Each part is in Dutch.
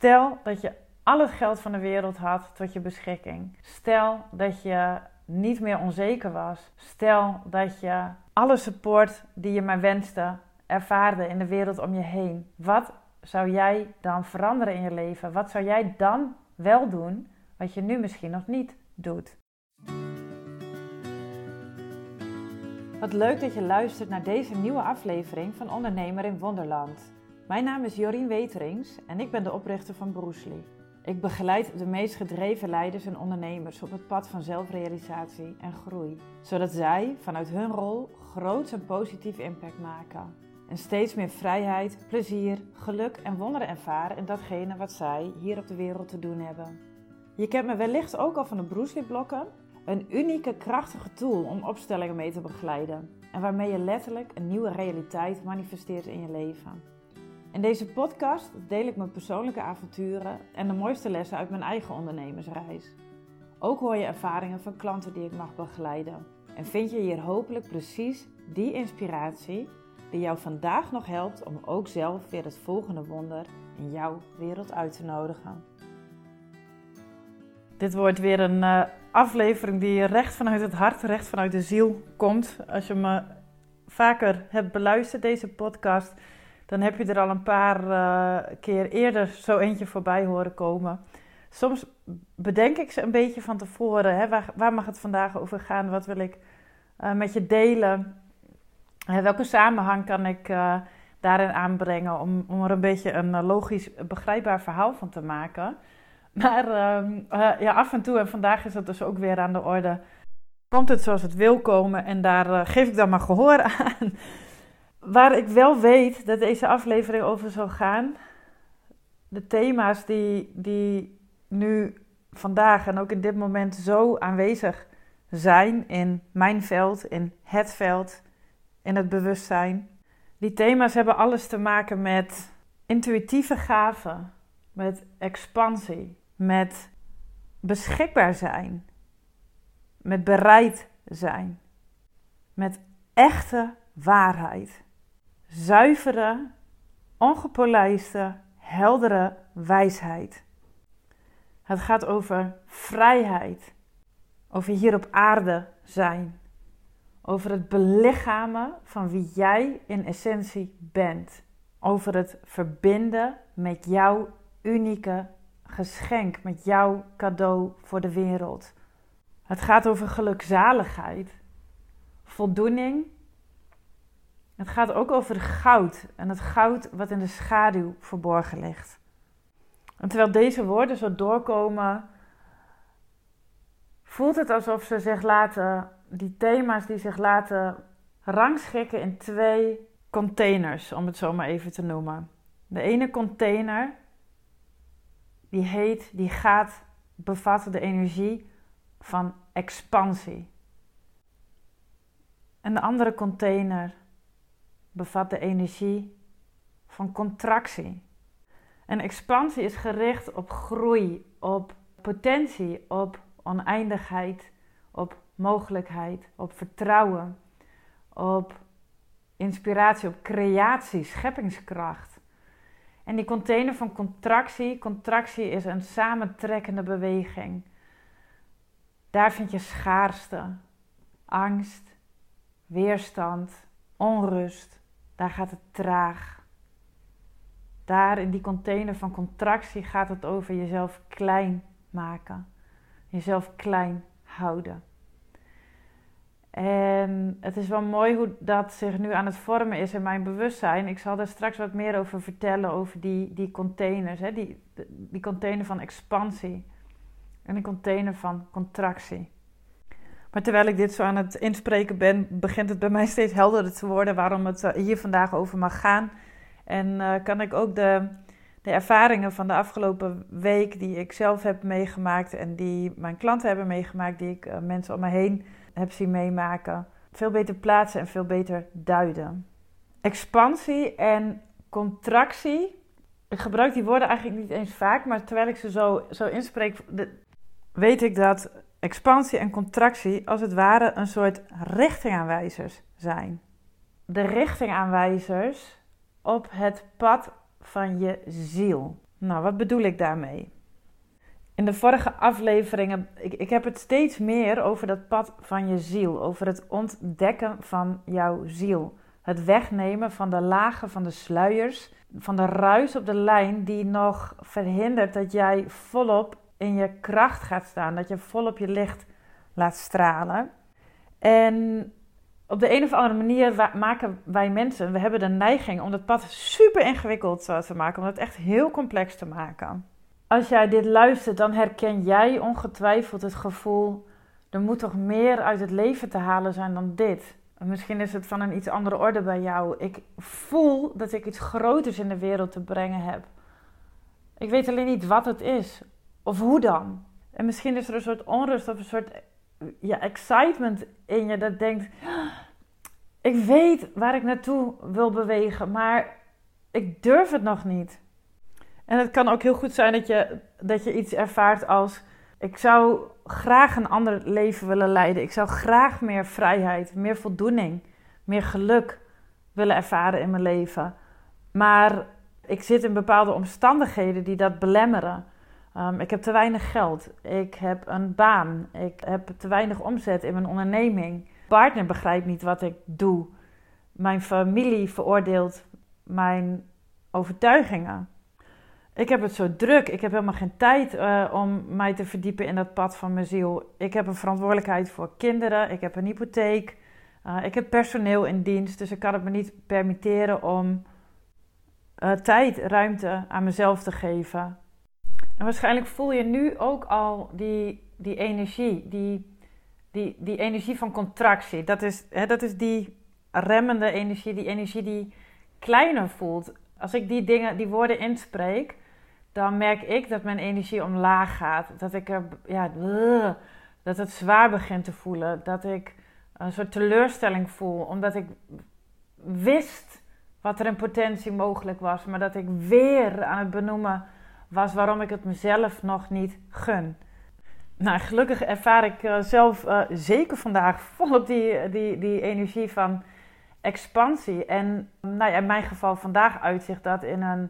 Stel dat je al het geld van de wereld had tot je beschikking. Stel dat je niet meer onzeker was. Stel dat je alle support die je maar wenste ervaarde in de wereld om je heen. Wat zou jij dan veranderen in je leven? Wat zou jij dan wel doen wat je nu misschien nog niet doet? Wat leuk dat je luistert naar deze nieuwe aflevering van Ondernemer in Wonderland. Mijn naam is Jorien Weterings en ik ben de oprichter van Broesli. Ik begeleid de meest gedreven leiders en ondernemers op het pad van zelfrealisatie en groei. Zodat zij vanuit hun rol groots en positief impact maken. En steeds meer vrijheid, plezier, geluk en wonderen ervaren in datgene wat zij hier op de wereld te doen hebben. Je kent me wellicht ook al van de Broesli-blokken. Een unieke, krachtige tool om opstellingen mee te begeleiden. En waarmee je letterlijk een nieuwe realiteit manifesteert in je leven. In deze podcast deel ik mijn persoonlijke avonturen en de mooiste lessen uit mijn eigen ondernemersreis. Ook hoor je ervaringen van klanten die ik mag begeleiden. En vind je hier hopelijk precies die inspiratie die jou vandaag nog helpt om ook zelf weer het volgende wonder in jouw wereld uit te nodigen. Dit wordt weer een aflevering die recht vanuit het hart, recht vanuit de ziel komt. Als je me vaker hebt beluisterd, deze podcast, dan heb je er al een paar keer eerder zo eentje voorbij horen komen. Soms bedenk ik ze een beetje van tevoren. Hè? Waar mag het vandaag over gaan? Wat wil ik met je delen? Welke samenhang kan ik daarin aanbrengen om er een beetje een logisch begrijpbaar verhaal van te maken? Maar af en toe, en vandaag is dat dus ook weer aan de orde, komt het zoals het wil komen en daar geef ik dan maar gehoor aan. Waar ik wel weet dat deze aflevering over zal gaan, de thema's die nu vandaag en ook in dit moment zo aanwezig zijn in mijn veld, in het veld, in het bewustzijn. Die thema's hebben alles te maken met intuïtieve gaven, met expansie, met beschikbaar zijn, met bereid zijn, met echte waarheid. Zuivere, ongepolijste, heldere wijsheid. Het gaat over vrijheid, over hier op aarde zijn, over het belichamen van wie jij in essentie bent, over het verbinden met jouw unieke geschenk, met jouw cadeau voor de wereld. Het gaat over gelukzaligheid, voldoening. Het gaat ook over goud en het goud wat in de schaduw verborgen ligt. En terwijl deze woorden zo doorkomen, voelt het alsof ze zich laten, die thema's die zich laten rangschikken in 2 containers, om het zo maar even te noemen. De ene container, die bevat de energie van expansie. En de andere container bevat de energie van contractie. En expansie is gericht op groei, op potentie, op oneindigheid, op mogelijkheid, op vertrouwen, op inspiratie, op creatie, scheppingskracht. En die container van contractie is een samentrekkende beweging. Daar vind je schaarste, angst, weerstand, onrust. Daar gaat het traag. Daar in die container van contractie gaat het over jezelf klein maken. Jezelf klein houden. En het is wel mooi hoe dat zich nu aan het vormen is in mijn bewustzijn. Ik zal daar straks wat meer over vertellen, over die containers. Hè? Die container van expansie en die container van contractie. Maar terwijl ik dit zo aan het inspreken ben, begint het bij mij steeds helderder te worden waarom het hier vandaag over mag gaan. En kan ik ook de ervaringen van de afgelopen week die ik zelf heb meegemaakt en die mijn klanten hebben meegemaakt, die ik mensen om me heen heb zien meemaken, veel beter plaatsen en veel beter duiden. Expansie en contractie, ik gebruik die woorden eigenlijk niet eens vaak, maar terwijl ik ze zo inspreek, weet ik dat expansie en contractie als het ware een soort richtingaanwijzers zijn. De richtingaanwijzers op het pad van je ziel. Nou, wat bedoel ik daarmee? In de vorige afleveringen, ik heb het steeds meer over dat pad van je ziel. Over het ontdekken van jouw ziel. Het wegnemen van de lagen, van de sluiers, van de ruis op de lijn die nog verhindert dat jij volop in je kracht gaat staan. Dat je volop je licht laat stralen. En op de een of andere manier maken wij mensen, we hebben de neiging om dat pad super ingewikkeld te maken. Om het echt heel complex te maken. Als jij dit luistert, dan herken jij ongetwijfeld het gevoel, er moet toch meer uit het leven te halen zijn dan dit. Misschien is het van een iets andere orde bij jou. Ik voel dat ik iets groters in de wereld te brengen heb. Ik weet alleen niet wat het is. Of hoe dan. En misschien is er een soort onrust of een soort excitement in je dat denkt, ik weet waar ik naartoe wil bewegen, maar ik durf het nog niet. En het kan ook heel goed zijn dat je iets ervaart als, ik zou graag een ander leven willen leiden. Ik zou graag meer vrijheid, meer voldoening, meer geluk willen ervaren in mijn leven. Maar ik zit in bepaalde omstandigheden die dat belemmeren. Ik heb te weinig geld. Ik heb een baan. Ik heb te weinig omzet in mijn onderneming. Mijn partner begrijpt niet wat ik doe. Mijn familie veroordeelt mijn overtuigingen. Ik heb het zo druk. Ik heb helemaal geen tijd om mij te verdiepen in dat pad van mijn ziel. Ik heb een verantwoordelijkheid voor kinderen. Ik heb een hypotheek. Ik heb personeel in dienst. Dus ik kan het me niet permitteren om tijd, ruimte aan mezelf te geven. En waarschijnlijk voel je nu ook al die energie. Die energie van contractie. Dat is die remmende energie. Die energie die kleiner voelt. Als ik die woorden inspreek, dan merk ik dat mijn energie omlaag gaat. Dat het zwaar begint te voelen. Dat ik een soort teleurstelling voel. Omdat ik wist wat er in potentie mogelijk was. Maar dat ik weer aan het benoemen was waarom ik het mezelf nog niet gun. Nou, gelukkig ervaar ik zelf zeker vandaag volop die energie van expansie. En in mijn geval vandaag uitzicht dat in een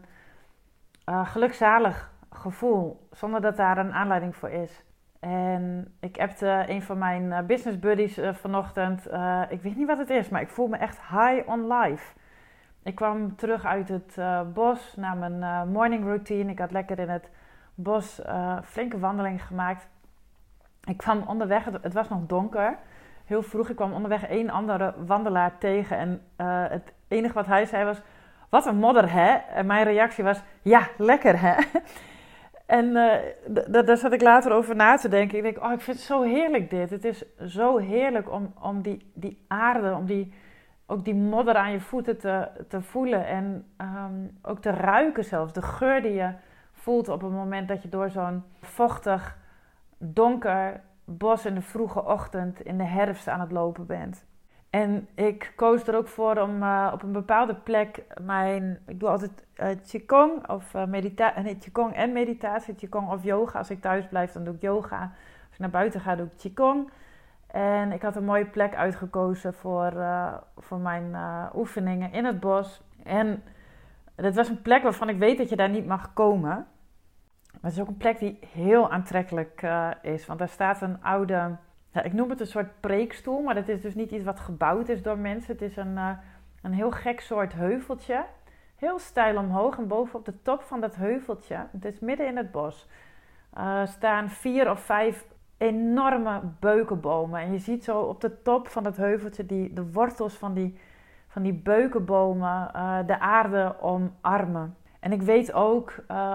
gelukzalig gevoel, zonder dat daar een aanleiding voor is. En ik appte een van mijn business buddies vanochtend. Ik weet niet wat het is, maar ik voel me echt high on life. Ik kwam terug uit het bos naar mijn morning routine. Ik had lekker in het bos flinke wandeling gemaakt. Ik kwam onderweg, het was nog donker, heel vroeg. Ik kwam onderweg een andere wandelaar tegen en het enige wat hij zei was, wat een modder hè? En mijn reactie was, ja, lekker hè? En daar zat ik later over na te denken. Ik denk, ik vind het zo heerlijk dit. Het is zo heerlijk om die aarde, om ook die modder aan je voeten te voelen. En ook te ruiken zelfs. De geur die je voelt op het moment dat je door zo'n vochtig, donker bos in de vroege ochtend in de herfst aan het lopen bent. En ik koos er ook voor om op een bepaalde plek ik doe altijd Qigong of Qigong en meditatie, Qigong of yoga. Als ik thuis blijf, dan doe ik yoga. Als ik naar buiten ga, doe ik Qigong. En ik had een mooie plek uitgekozen voor mijn oefeningen in het bos. En dat was een plek waarvan ik weet dat je daar niet mag komen. Maar het is ook een plek die heel aantrekkelijk is. Want daar staat een oude, ik noem het een soort preekstoel. Maar dat is dus niet iets wat gebouwd is door mensen. Het is een heel gek soort heuveltje. Heel steil omhoog. En bovenop de top van dat heuveltje, het is midden in het bos, staan 4 of 5 enorme beukenbomen. En je ziet zo op de top van dat heuveltje de wortels van die beukenbomen de aarde omarmen. En ik weet ook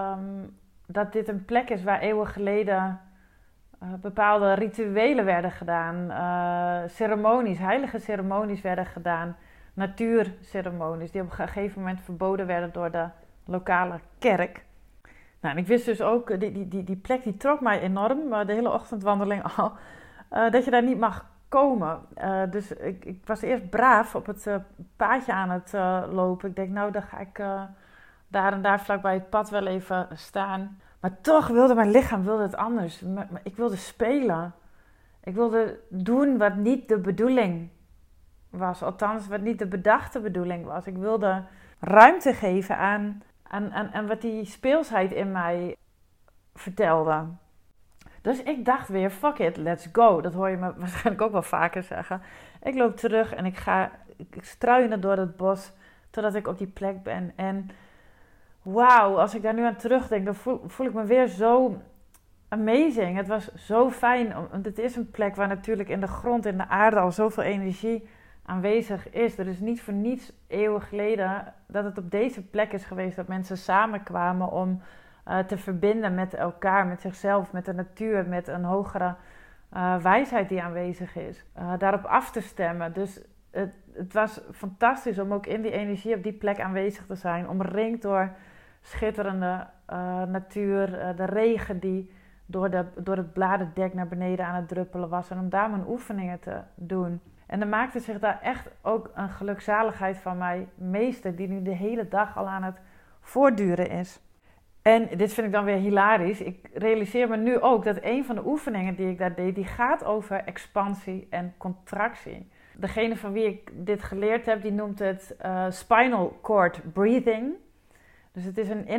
dat dit een plek is waar eeuwen geleden bepaalde rituelen werden gedaan. Ceremonies, heilige ceremonies werden gedaan. Natuurceremonies die op een gegeven moment verboden werden door de lokale kerk. Nou, en ik wist dus ook, die plek die trok mij enorm, de hele ochtendwandeling al, dat je daar niet mag komen. Dus ik was eerst braaf op het paadje aan het lopen. Ik denk, dan ga ik daar en daar vlakbij het pad wel even staan. Maar toch wilde mijn lichaam het anders. Ik wilde spelen. Ik wilde doen wat niet de bedoeling was. Althans, wat niet de bedachte bedoeling was. Ik wilde ruimte geven En wat die speelsheid in mij vertelde. Dus ik dacht weer, fuck it, let's go. Dat hoor je me waarschijnlijk ook wel vaker zeggen. Ik loop terug en ik struinen door het bos totdat ik op die plek ben. En wauw, als ik daar nu aan terugdenk, dan voel ik me weer zo amazing. Het was zo fijn, want het is een plek waar natuurlijk in de grond, in de aarde al zoveel energie aanwezig is. Er is niet voor niets eeuwen geleden dat het op deze plek is geweest dat mensen samenkwamen om te verbinden met elkaar, met zichzelf, met de natuur, met een hogere wijsheid die aanwezig is. Daarop af te stemmen. Dus het was fantastisch om ook in die energie op die plek aanwezig te zijn. Omringd door schitterende natuur, de regen die door het bladerdek naar beneden aan het druppelen was. En om daar mijn oefeningen te doen. En er maakte zich daar echt ook een gelukzaligheid van mij meester, die nu de hele dag al aan het voortduren is. En dit vind ik dan weer hilarisch. Ik realiseer me nu ook dat een van de oefeningen die ik daar deed, die gaat over expansie en contractie. Degene van wie ik dit geleerd heb, die noemt het spinal cord breathing. Dus het is een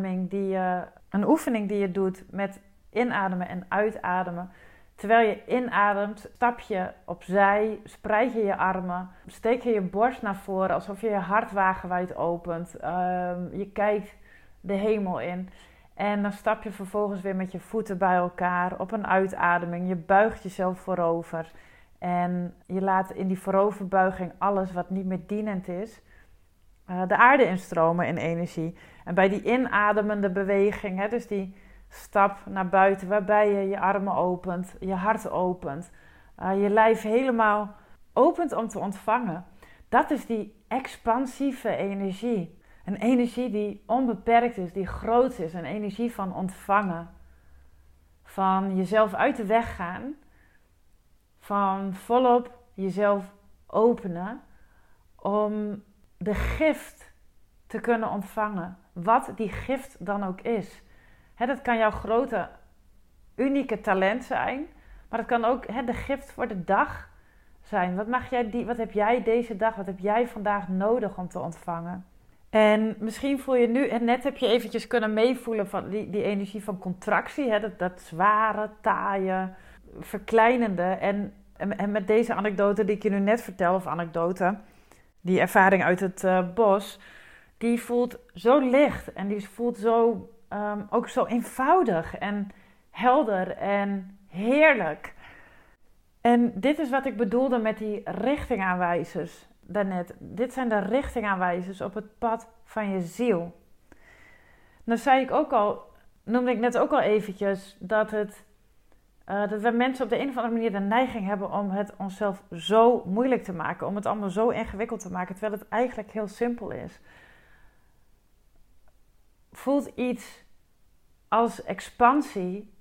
een oefening die je doet met inademen en uitademen. Terwijl je inademt, stap je opzij, spreid je je armen, steek je je borst naar voren alsof je je hart wagenwijd opent. Je kijkt de hemel in en dan stap je vervolgens weer met je voeten bij elkaar op een uitademing. Je buigt jezelf voorover en je laat in die vooroverbuiging alles wat niet meer dienend is, de aarde instromen in energie. En bij die inademende beweging, dus die stap naar buiten waarbij je je armen opent, je hart opent, je lijf helemaal opent om te ontvangen. Dat is die expansieve energie. Een energie die onbeperkt is, die groot is. Een energie van ontvangen. Van jezelf uit de weg gaan. Van volop jezelf openen. Om de gift te kunnen ontvangen. Wat die gift dan ook is. Dat kan jouw grote, unieke talent zijn. Maar het kan ook de gift voor de dag zijn. Wat heb jij deze dag, wat heb jij vandaag nodig om te ontvangen? En misschien voel je nu, en net heb je eventjes kunnen meevoelen van die energie van contractie. Dat zware, taaie, verkleinende. En met deze anekdote die ik je nu net vertel, of anekdote, die ervaring uit het bos, die voelt zo licht en die voelt zo, ook zo eenvoudig en helder en heerlijk. En dit is wat ik bedoelde met die richtingaanwijzers daarnet. Dit zijn de richtingaanwijzers op het pad van je ziel. Nou noemde ik net ook al eventjes dat we mensen op de een of andere manier de neiging hebben om het onszelf zo moeilijk te maken. Om het allemaal zo ingewikkeld te maken, terwijl het eigenlijk heel simpel is. Voelt iets als expansie,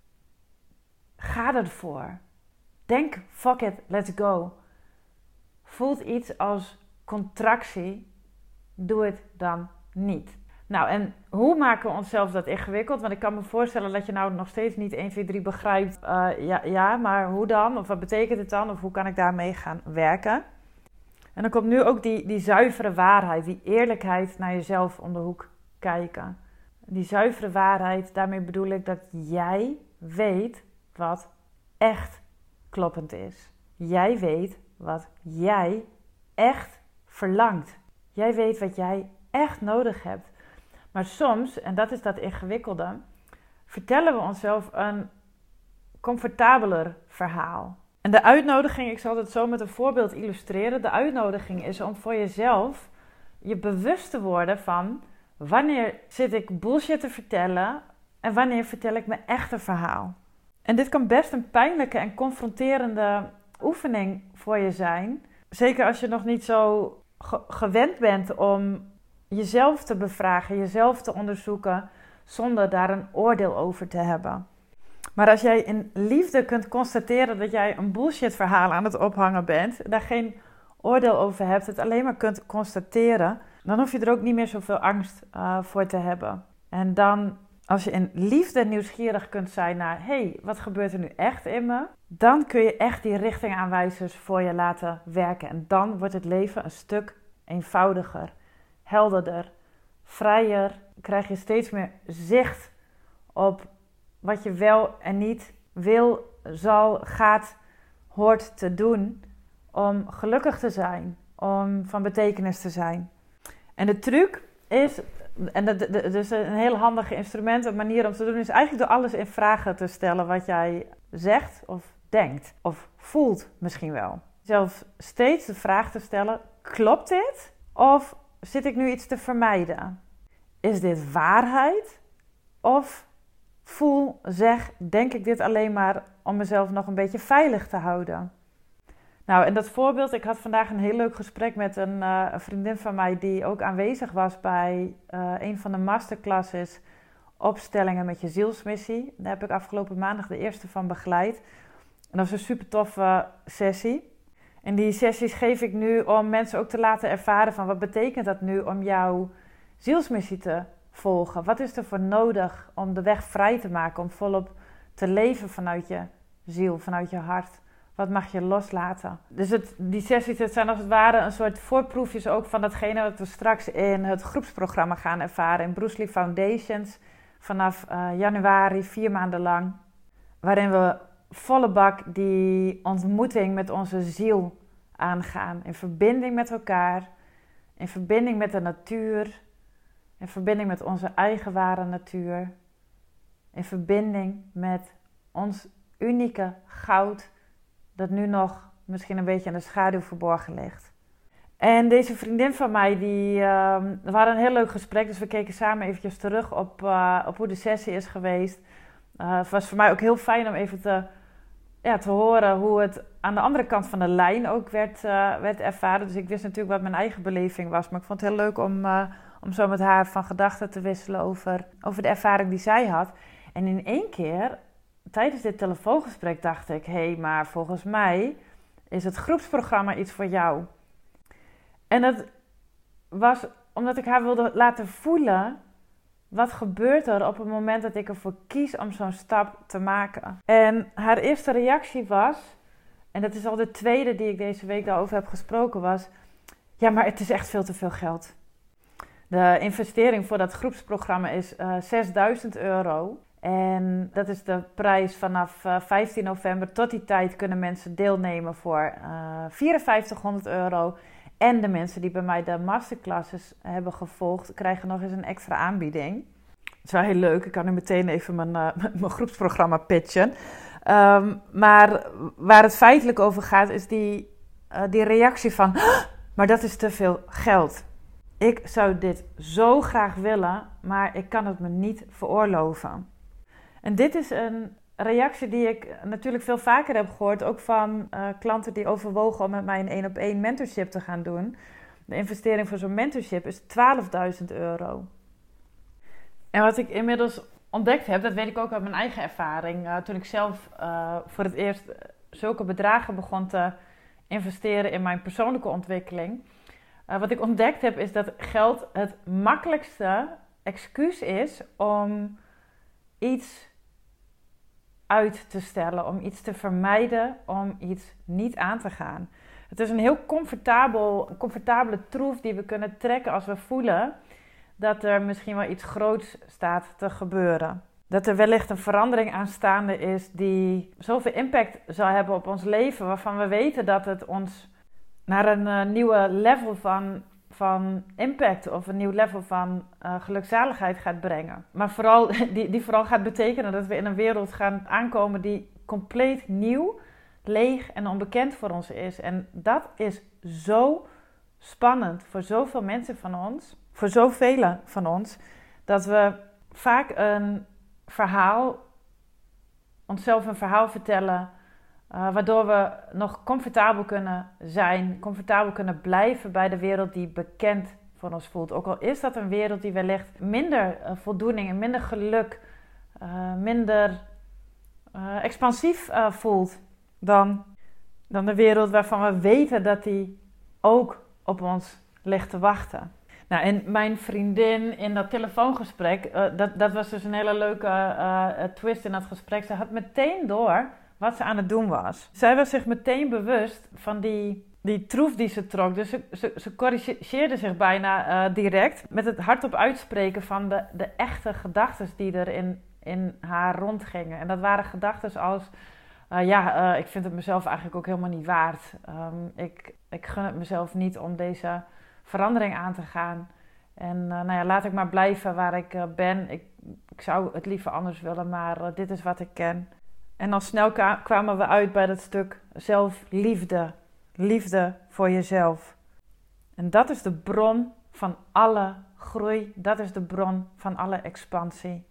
ga ervoor. Denk, fuck it, let's go. Voelt iets als contractie, doe het dan niet. Nou, en hoe maken we onszelf dat ingewikkeld? Want ik kan me voorstellen dat je nou nog steeds niet 1, 2, 3 begrijpt. Maar hoe dan? Of wat betekent het dan? Of hoe kan ik daarmee gaan werken? En dan komt nu ook die zuivere waarheid, die eerlijkheid naar jezelf om de hoek kijken. Die zuivere waarheid, daarmee bedoel ik dat jij weet wat echt kloppend is. Jij weet wat jij echt verlangt. Jij weet wat jij echt nodig hebt. Maar soms, en dat is dat ingewikkelde, vertellen we onszelf een comfortabeler verhaal. En de uitnodiging, ik zal het zo met een voorbeeld illustreren. De uitnodiging is om voor jezelf je bewust te worden van wanneer zit ik bullshit te vertellen en wanneer vertel ik mijn echte verhaal. En dit kan best een pijnlijke en confronterende oefening voor je zijn. Zeker als je nog niet zo gewend bent om jezelf te bevragen, jezelf te onderzoeken, zonder daar een oordeel over te hebben. Maar als jij in liefde kunt constateren dat jij een bullshit verhaal aan het ophangen bent, daar geen oordeel over hebt, het alleen maar kunt constateren, dan hoef je er ook niet meer zoveel angst voor te hebben. En dan, als je in liefde nieuwsgierig kunt zijn naar, hey, wat gebeurt er nu echt in me? Dan kun je echt die richtingaanwijzers voor je laten werken. En dan wordt het leven een stuk eenvoudiger, helderder, vrijer, krijg je steeds meer zicht op wat je wel en niet wil, zal, gaat, hoort te doen om gelukkig te zijn, om van betekenis te zijn. En de truc is, en dus een heel handig instrument, een manier om te doen, is eigenlijk door alles in vragen te stellen wat jij zegt of denkt of voelt misschien wel. Zelf steeds de vraag te stellen, klopt dit? Of zit ik nu iets te vermijden? Is dit waarheid? Of denk ik dit alleen maar om mezelf nog een beetje veilig te houden? Nou, en dat voorbeeld, ik had vandaag een heel leuk gesprek met een vriendin van mij die ook aanwezig was bij een van de masterclasses opstellingen met je zielsmissie. Daar heb ik afgelopen maandag de eerste van begeleid. En dat was een super toffe sessie. En die sessies geef ik nu om mensen ook te laten ervaren van wat betekent dat nu om jouw zielsmissie te volgen. Wat is er voor nodig om de weg vrij te maken, om volop te leven vanuit je ziel, vanuit je hart. Wat mag je loslaten? Dus die sessies, het zijn als het ware een soort voorproefjes ook van datgene wat we straks in het groepsprogramma gaan ervaren. In Bruce Lee Foundations vanaf januari, 4 maanden lang. Waarin we volle bak die ontmoeting met onze ziel aangaan. In verbinding met elkaar, in verbinding met de natuur, in verbinding met onze eigen ware natuur. In verbinding met ons unieke goud dat nu nog misschien een beetje in de schaduw verborgen ligt. En deze vriendin van mij, we hadden een heel leuk gesprek. Dus we keken samen eventjes terug op hoe de sessie is geweest. Het was voor mij ook heel fijn om even te horen hoe het aan de andere kant van de lijn ook werd ervaren. Dus ik wist natuurlijk wat mijn eigen beleving was. Maar ik vond het heel leuk om zo met haar van gedachten te wisselen over de ervaring die zij had. En in één keer, tijdens dit telefoongesprek, dacht ik, maar volgens mij is het groepsprogramma iets voor jou. En dat was omdat ik haar wilde laten voelen, wat gebeurt er op het moment dat ik ervoor kies om zo'n stap te maken. En haar eerste reactie was, en dat is al de tweede die ik deze week daarover heb gesproken, was, ja, maar het is echt veel te veel geld. De investering voor dat groepsprogramma is €6.000. En dat is de prijs vanaf 15 november. Tot die tijd kunnen mensen deelnemen voor €5400. En de mensen die bij mij de masterclasses hebben gevolgd, krijgen nog eens een extra aanbieding. Het is wel heel leuk. Ik kan nu meteen even mijn groepsprogramma pitchen. Maar waar het feitelijk over gaat, is die reactie van, maar dat is te veel geld. Ik zou dit zo graag willen, maar ik kan het me niet veroorloven. En dit is een reactie die ik natuurlijk veel vaker heb gehoord, ook van klanten die overwogen om met mij een 1-op-1 mentorship te gaan doen. De investering voor zo'n mentorship is €12.000. En wat ik inmiddels ontdekt heb, dat weet ik ook uit mijn eigen ervaring. Toen ik zelf voor het eerst zulke bedragen begon te investeren in mijn persoonlijke ontwikkeling. Wat ik ontdekt heb, is dat geld het makkelijkste excuus is om iets uit te stellen, om iets te vermijden, om iets niet aan te gaan. Het is een heel comfortabele troef die we kunnen trekken als we voelen dat er misschien wel iets groots staat te gebeuren. Dat er wellicht een verandering aanstaande is die zoveel impact zal hebben op ons leven, waarvan we weten dat het ons naar een nieuwe level van impact of een nieuw level van gelukzaligheid gaat brengen. Maar vooral, die vooral gaat betekenen dat we in een wereld gaan aankomen die compleet nieuw, leeg en onbekend voor ons is. En dat is zo spannend voor zoveel mensen van ons, voor zoveel van ons, dat we vaak onszelf een verhaal vertellen, waardoor we nog comfortabel kunnen zijn, comfortabel kunnen blijven bij de wereld die bekend voor ons voelt. Ook al is dat een wereld die wellicht minder voldoening en minder geluk, minder expansief voelt dan de wereld waarvan we weten dat die ook op ons ligt te wachten. Nou, en mijn vriendin in dat telefoongesprek, dat was dus een hele leuke twist in dat gesprek. Ze had meteen door wat ze aan het doen was. Zij was zich meteen bewust van die die troef die ze trok. Dus ze corrigeerde zich bijna direct met het hardop uitspreken van de echte gedachten die er in haar rondgingen. En dat waren gedachten als, ik vind het mezelf eigenlijk ook helemaal niet waard. Ik gun het mezelf niet om deze verandering aan te gaan. En laat ik maar blijven waar ik ben. Ik zou het liever anders willen, maar dit is wat ik ken. En al snel kwamen we uit bij dat stuk zelfliefde. Liefde voor jezelf. En dat is de bron van alle groei. Dat is de bron van alle expansie.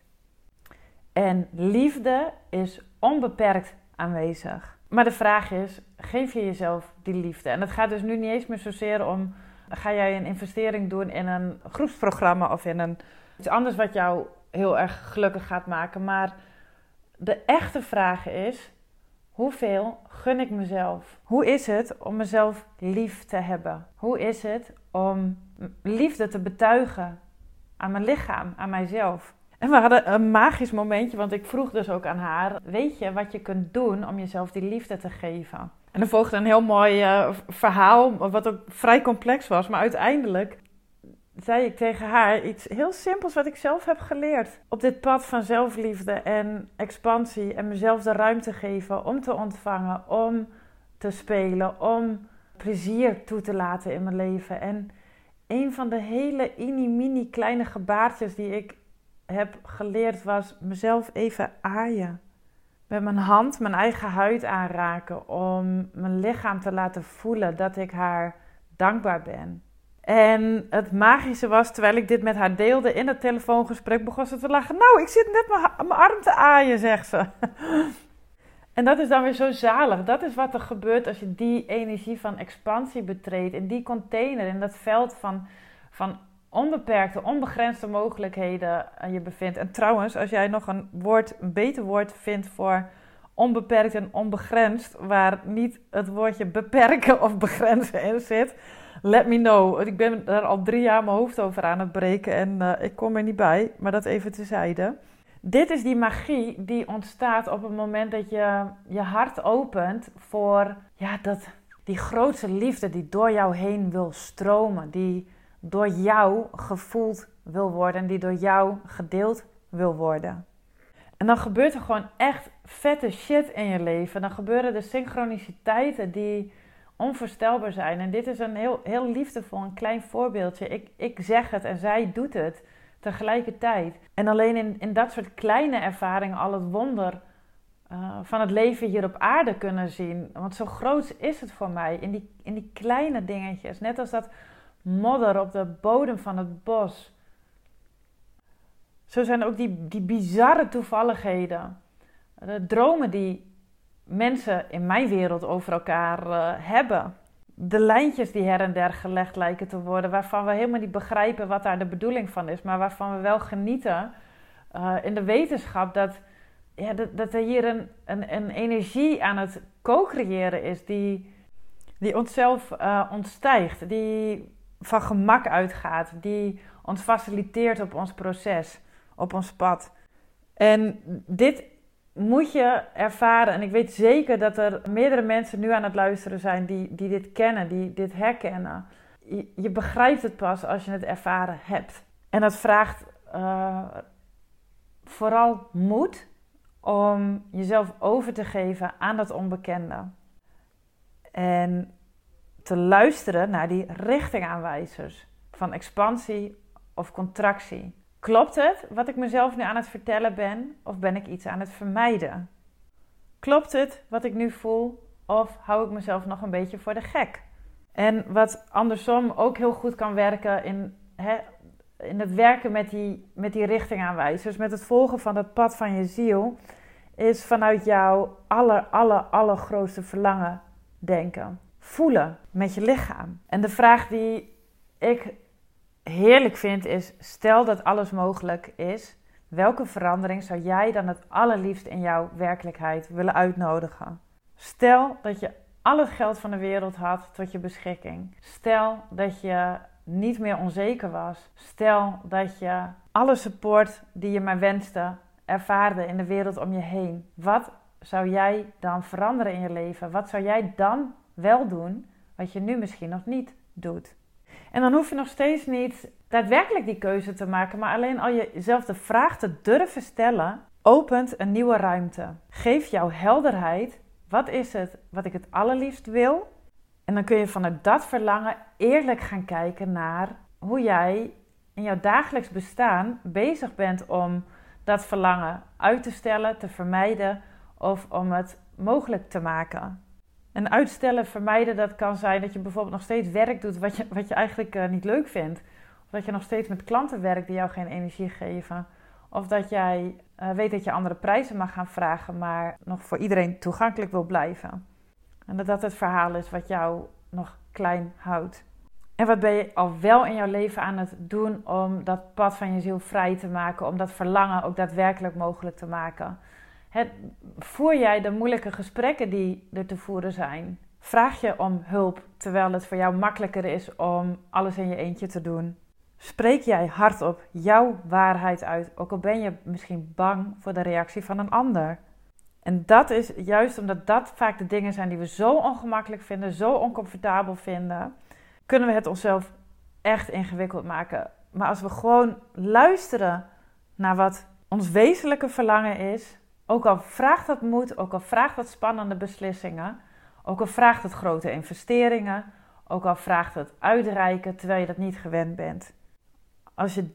En liefde is onbeperkt aanwezig. Maar de vraag is, geef je jezelf die liefde? En het gaat dus nu niet eens meer zozeer om, ga jij een investering doen in een groepsprogramma of in iets anders wat jou heel erg gelukkig gaat maken. Maar de echte vraag is, hoeveel gun ik mezelf? Hoe is het om mezelf lief te hebben? Hoe is het om liefde te betuigen aan mijn lichaam, aan mijzelf? En we hadden een magisch momentje, want ik vroeg dus ook aan haar, weet je wat je kunt doen om jezelf die liefde te geven? En er volgde een heel mooi verhaal, wat ook vrij complex was, maar uiteindelijk zei ik tegen haar iets heel simpels wat ik zelf heb geleerd. Op dit pad van zelfliefde en expansie en mezelf de ruimte geven om te ontvangen, om te spelen, om plezier toe te laten in mijn leven. En een van de hele mini kleine gebaartjes die ik heb geleerd was mezelf even aaien. Met mijn hand mijn eigen huid aanraken om mijn lichaam te laten voelen dat ik haar dankbaar ben. En het magische was, terwijl ik dit met haar deelde in het telefoongesprek, begon ze te lachen. Nou, ik zit net mijn arm te aaien, zegt ze. En dat is dan weer zo zalig. Dat is wat er gebeurt als je die energie van expansie betreedt. In die container, in dat veld van onbeperkte, onbegrensde mogelijkheden je bevindt. En trouwens, als jij nog een beter woord vindt voor onbeperkt en onbegrensd, waar niet het woordje beperken of begrenzen in zit, let me know. Ik ben er al 3 jaar mijn hoofd over aan het breken en ik kom er niet bij, maar dat even tezijde. Dit is die magie die ontstaat op het moment dat je je hart opent voor die grootste liefde die door jou heen wil stromen, die door jou gevoeld wil worden en die door jou gedeeld wil worden. En dan gebeurt er gewoon echt vette shit in je leven. Dan gebeuren er synchroniciteiten die onvoorstelbaar zijn. En dit is een heel liefdevol, een klein voorbeeldje. Ik zeg het en zij doet het tegelijkertijd. En alleen in dat soort kleine ervaringen al het wonder van het leven hier op aarde kunnen zien. Want zo groot is het voor mij in die kleine dingetjes. Net als dat modder op de bodem van het bos. Zo zijn ook die bizarre toevalligheden. De dromen die mensen in mijn wereld over elkaar hebben. De lijntjes die her en der gelegd lijken te worden, waarvan we helemaal niet begrijpen wat daar de bedoeling van is, maar waarvan we wel genieten in de wetenschap dat er hier een energie aan het co-creëren is die onszelf ontstijgt, die van gemak uitgaat, die ons faciliteert op ons proces, op ons pad. En dit moet je ervaren. En ik weet zeker dat er meerdere mensen nu aan het luisteren zijn die dit kennen, die dit herkennen. Je begrijpt het pas als je het ervaren hebt. En dat vraagt vooral moed om jezelf over te geven aan dat onbekende. En te luisteren naar die richtingaanwijzers van expansie of contractie. Klopt het wat ik mezelf nu aan het vertellen ben, of ben ik iets aan het vermijden? Klopt het wat ik nu voel, of hou ik mezelf nog een beetje voor de gek? En wat andersom ook heel goed kan werken in het werken met die richtingaanwijzers, met het volgen van het pad van je ziel, is vanuit jouw allergrootste verlangen denken. Voelen met je lichaam. En de vraag die ik heerlijk vind is, stel dat alles mogelijk is, welke verandering zou jij dan het allerliefst in jouw werkelijkheid willen uitnodigen? Stel dat je al het geld van de wereld had tot je beschikking. Stel dat je niet meer onzeker was. Stel dat je alle support die je maar wenste ervaarde in de wereld om je heen. Wat zou jij dan veranderen in je leven? Wat zou jij dan wel doen wat je nu misschien nog niet doet. En dan hoef je nog steeds niet daadwerkelijk die keuze te maken, maar alleen al jezelf de vraag te durven stellen, opent een nieuwe ruimte. Geef jouw helderheid, wat is het wat ik het allerliefst wil? En dan kun je vanuit dat verlangen eerlijk gaan kijken naar hoe jij in jouw dagelijks bestaan bezig bent om dat verlangen uit te stellen, te vermijden of om het mogelijk te maken. En uitstellen, vermijden, dat kan zijn dat je bijvoorbeeld nog steeds werk doet wat je eigenlijk niet leuk vindt. Of dat je nog steeds met klanten werkt die jou geen energie geven. Of dat jij weet dat je andere prijzen mag gaan vragen, maar nog voor iedereen toegankelijk wil blijven. En dat dat het verhaal is wat jou nog klein houdt. En wat ben je al wel in jouw leven aan het doen om dat pad van je ziel vrij te maken, om dat verlangen ook daadwerkelijk mogelijk te maken? Voer jij de moeilijke gesprekken die er te voeren zijn? Vraag je om hulp terwijl het voor jou makkelijker is om alles in je eentje te doen? Spreek jij hardop jouw waarheid uit, ook al ben je misschien bang voor de reactie van een ander? En dat is juist omdat dat vaak de dingen zijn die we zo ongemakkelijk vinden, zo oncomfortabel vinden, kunnen we het onszelf echt ingewikkeld maken. Maar als we gewoon luisteren naar wat ons wezenlijke verlangen is, ook al vraagt dat moed, ook al vraagt dat spannende beslissingen, ook al vraagt het grote investeringen, ook al vraagt het uitreiken terwijl je dat niet gewend bent. Als je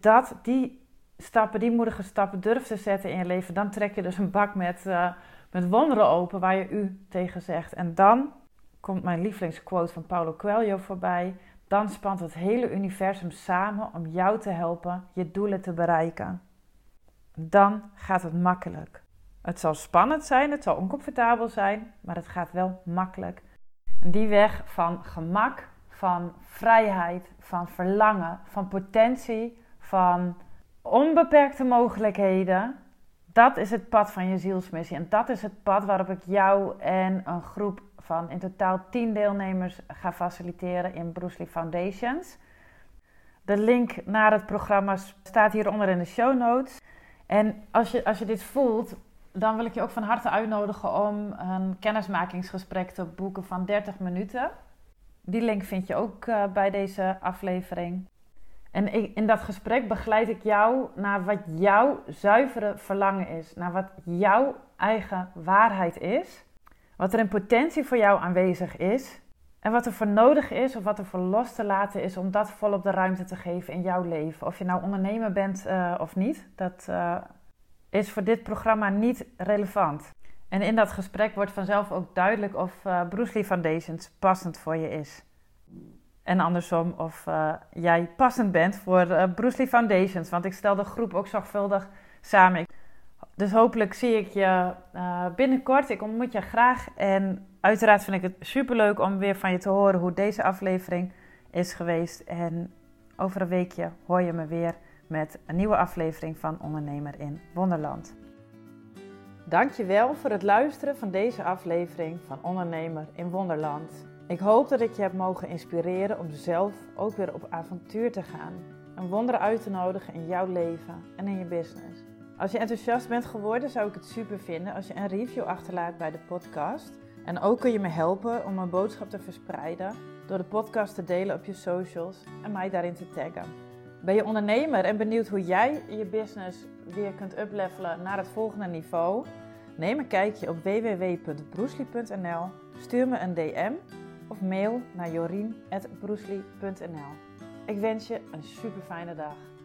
die moedige stappen durft te zetten in je leven, dan trek je dus een bak met wonderen open waar je u tegen zegt. En dan komt mijn lievelingsquote van Paulo Coelho voorbij. Dan spant het hele universum samen om jou te helpen je doelen te bereiken. Dan gaat het makkelijk. Het zal spannend zijn, het zal oncomfortabel zijn, maar het gaat wel makkelijk. En die weg van gemak, van vrijheid, van verlangen, van potentie, van onbeperkte mogelijkheden, dat is het pad van je zielsmissie. En dat is het pad waarop ik jou en een groep van in totaal 10 deelnemers ga faciliteren in Bruce Lee Foundations. De link naar het programma staat hieronder in de show notes. En als je dit voelt, dan wil ik je ook van harte uitnodigen om een kennismakingsgesprek te boeken van 30 minuten. Die link vind je ook bij deze aflevering. En in dat gesprek begeleid ik jou naar wat jouw zuivere verlangen is. Naar wat jouw eigen waarheid is. Wat er in potentie voor jou aanwezig is. En wat er voor nodig is of wat er voor los te laten is om dat volop de ruimte te geven in jouw leven. Of je nou ondernemer bent of niet, dat is voor dit programma niet relevant. En in dat gesprek wordt vanzelf ook duidelijk of Bruce Lee Foundations passend voor je is. En andersom of jij passend bent voor Bruce Lee Foundations. Want ik stel de groep ook zorgvuldig samen. Dus hopelijk zie ik je binnenkort. Ik ontmoet je graag. En uiteraard vind ik het superleuk om weer van je te horen hoe deze aflevering is geweest. En over een weekje hoor je me weer met een nieuwe aflevering van Ondernemer in Wonderland. Dankjewel voor het luisteren van deze aflevering van Ondernemer in Wonderland. Ik hoop dat ik je heb mogen inspireren om zelf ook weer op avontuur te gaan. Een wonder uit te nodigen in jouw leven en in je business. Als je enthousiast bent geworden, zou ik het super vinden als je een review achterlaat bij de podcast. En ook kun je me helpen om mijn boodschap te verspreiden door de podcast te delen op je socials en mij daarin te taggen. Ben je ondernemer en benieuwd hoe jij je business weer kunt uplevelen naar het volgende niveau? Neem een kijkje op www.brucelee.nl, stuur me een DM of mail naar jorien@brucelee.nl. Ik wens je een super fijne dag.